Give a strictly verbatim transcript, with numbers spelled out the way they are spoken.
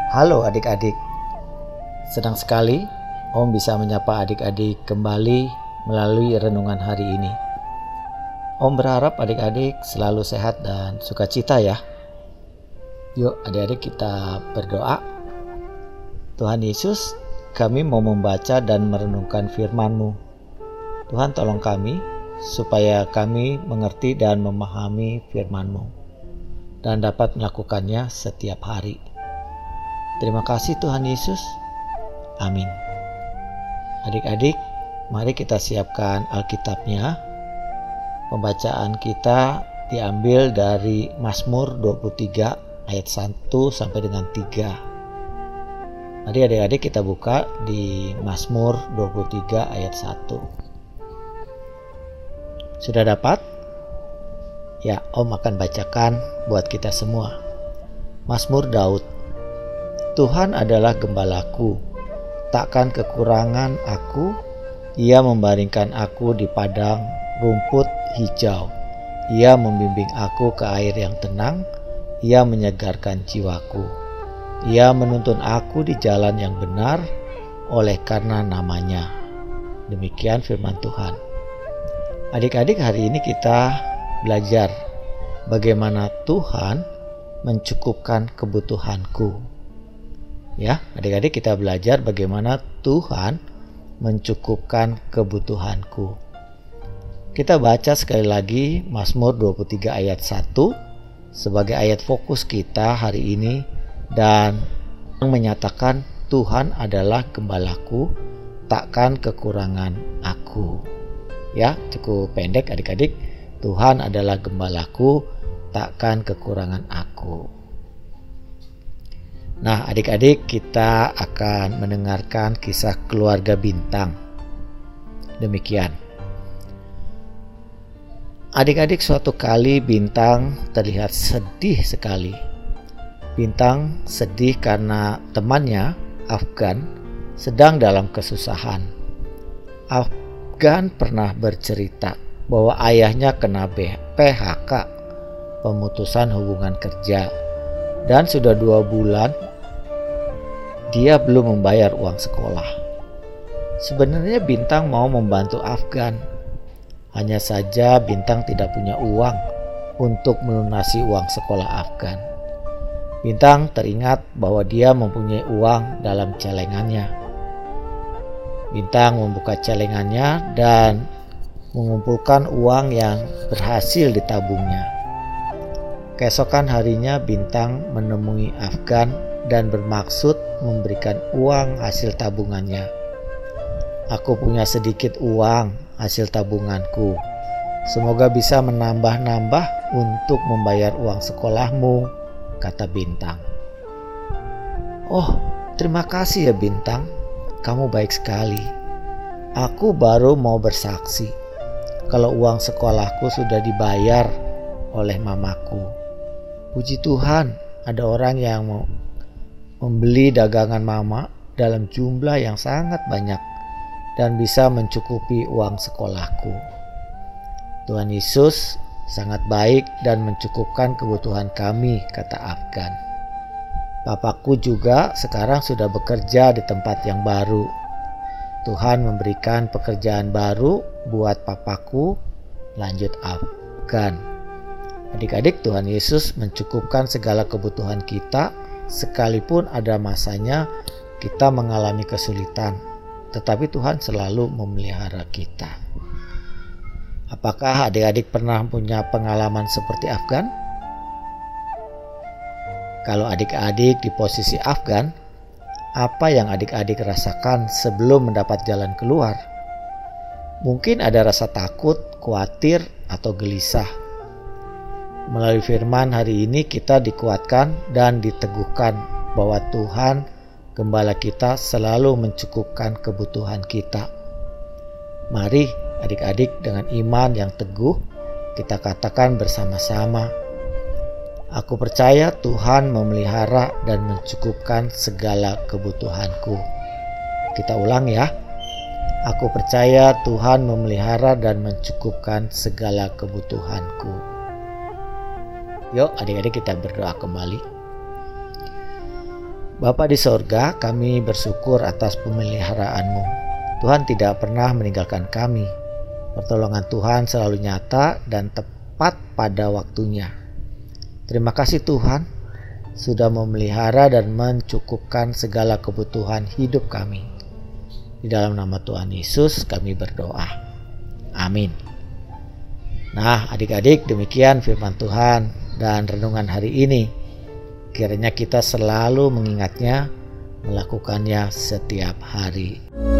Halo adik-adik, senang sekali Om bisa menyapa adik-adik kembali melalui renungan hari ini. Om berharap adik-adik selalu sehat dan sukacita ya. Yuk adik-adik kita berdoa. Tuhan Yesus, kami mau membaca dan merenungkan firman-Mu. Tuhan tolong kami supaya kami mengerti dan memahami firman-Mu dan dapat melakukannya setiap hari. Terima kasih Tuhan Yesus. Amin. Adik-adik, mari kita siapkan Alkitabnya. Pembacaan kita diambil dari Mazmur dua puluh tiga ayat satu sampai dengan tiga. Mari adik-adik kita buka di Mazmur dua puluh tiga ayat satu. Sudah dapat? Ya, Om akan bacakan buat kita semua. Mazmur Daud. Tuhan adalah gembalaku, takkan kekurangan aku. Ia membaringkan aku di padang rumput hijau. Ia membimbing aku ke air yang tenang. Ia menyegarkan jiwaku. Ia menuntun aku di jalan yang benar oleh karena namanya. Demikian firman Tuhan. Adik-adik, hari ini kita belajar bagaimana Tuhan mencukupkan kebutuhanku. Ya, adik-adik kita belajar bagaimana Tuhan mencukupkan kebutuhanku. Kita baca sekali lagi Mazmur dua puluh tiga ayat satu sebagai ayat fokus kita hari ini dan menyatakan Tuhan adalah gembalaku, takkan kekurangan aku. Ya, cukup pendek adik-adik. Tuhan adalah gembalaku, takkan kekurangan aku. Nah, adik-adik, kita akan mendengarkan kisah keluarga Bintang. Demikian. Adik-adik, suatu kali Bintang terlihat sedih sekali. Bintang sedih karena temannya, Afgan, sedang dalam kesusahan. Afgan pernah bercerita bahwa ayahnya kena P H K, pemutusan hubungan kerja, dan sudah dua bulan dia belum membayar uang sekolah. Sebenarnya Bintang mau membantu Afgan. Hanya saja Bintang tidak punya uang untuk melunasi uang sekolah Afgan. Bintang teringat bahwa dia mempunyai uang dalam celengannya. Bintang membuka celengannya dan mengumpulkan uang yang berhasil ditabungnya. Keesokan harinya Bintang menemui Afgan dan bermaksud memberikan uang hasil tabungannya. Aku punya sedikit uang hasil tabunganku. Semoga bisa menambah-nambah untuk membayar uang sekolahmu, kata Bintang. Oh, terima kasih ya Bintang. Kamu baik sekali. Aku baru mau bersaksi kalau uang sekolahku sudah dibayar oleh mamaku. Puji Tuhan, ada orang yang mau membeli dagangan mama dalam jumlah yang sangat banyak dan bisa mencukupi uang sekolahku. Tuhan Yesus sangat baik dan mencukupkan kebutuhan kami, kata Afgan. Papaku juga sekarang sudah bekerja di tempat yang baru. Tuhan memberikan pekerjaan baru buat papaku, lanjut Afgan. Adik-adik, Tuhan Yesus mencukupkan segala kebutuhan kita. Sekalipun ada masanya kita mengalami kesulitan, tetapi Tuhan selalu memelihara kita. Apakah adik-adik pernah punya pengalaman seperti Afgan? Kalau adik-adik di posisi Afgan, apa yang adik-adik rasakan sebelum mendapat jalan keluar? Mungkin ada rasa takut, khawatir, atau gelisah. Melalui firman hari ini kita dikuatkan dan diteguhkan bahwa Tuhan Gembala kita selalu mencukupkan kebutuhan kita. Mari adik-adik dengan iman yang teguh kita katakan bersama-sama, aku percaya Tuhan memelihara dan mencukupkan segala kebutuhanku. Kita ulang ya. Aku percaya Tuhan memelihara dan mencukupkan segala kebutuhanku. Yuk adik-adik kita berdoa kembali. Bapa di sorga, kami bersyukur atas pemeliharaanmu. Tuhan tidak pernah meninggalkan kami. Pertolongan Tuhan selalu nyata dan tepat pada waktunya. Terima kasih Tuhan sudah memelihara dan mencukupkan segala kebutuhan hidup kami. Di dalam nama Tuhan Yesus kami berdoa. Amin. Nah, adik-adik, demikian firman Tuhan dan renungan hari ini. Kiranya kita selalu mengingatnya, melakukannya setiap hari.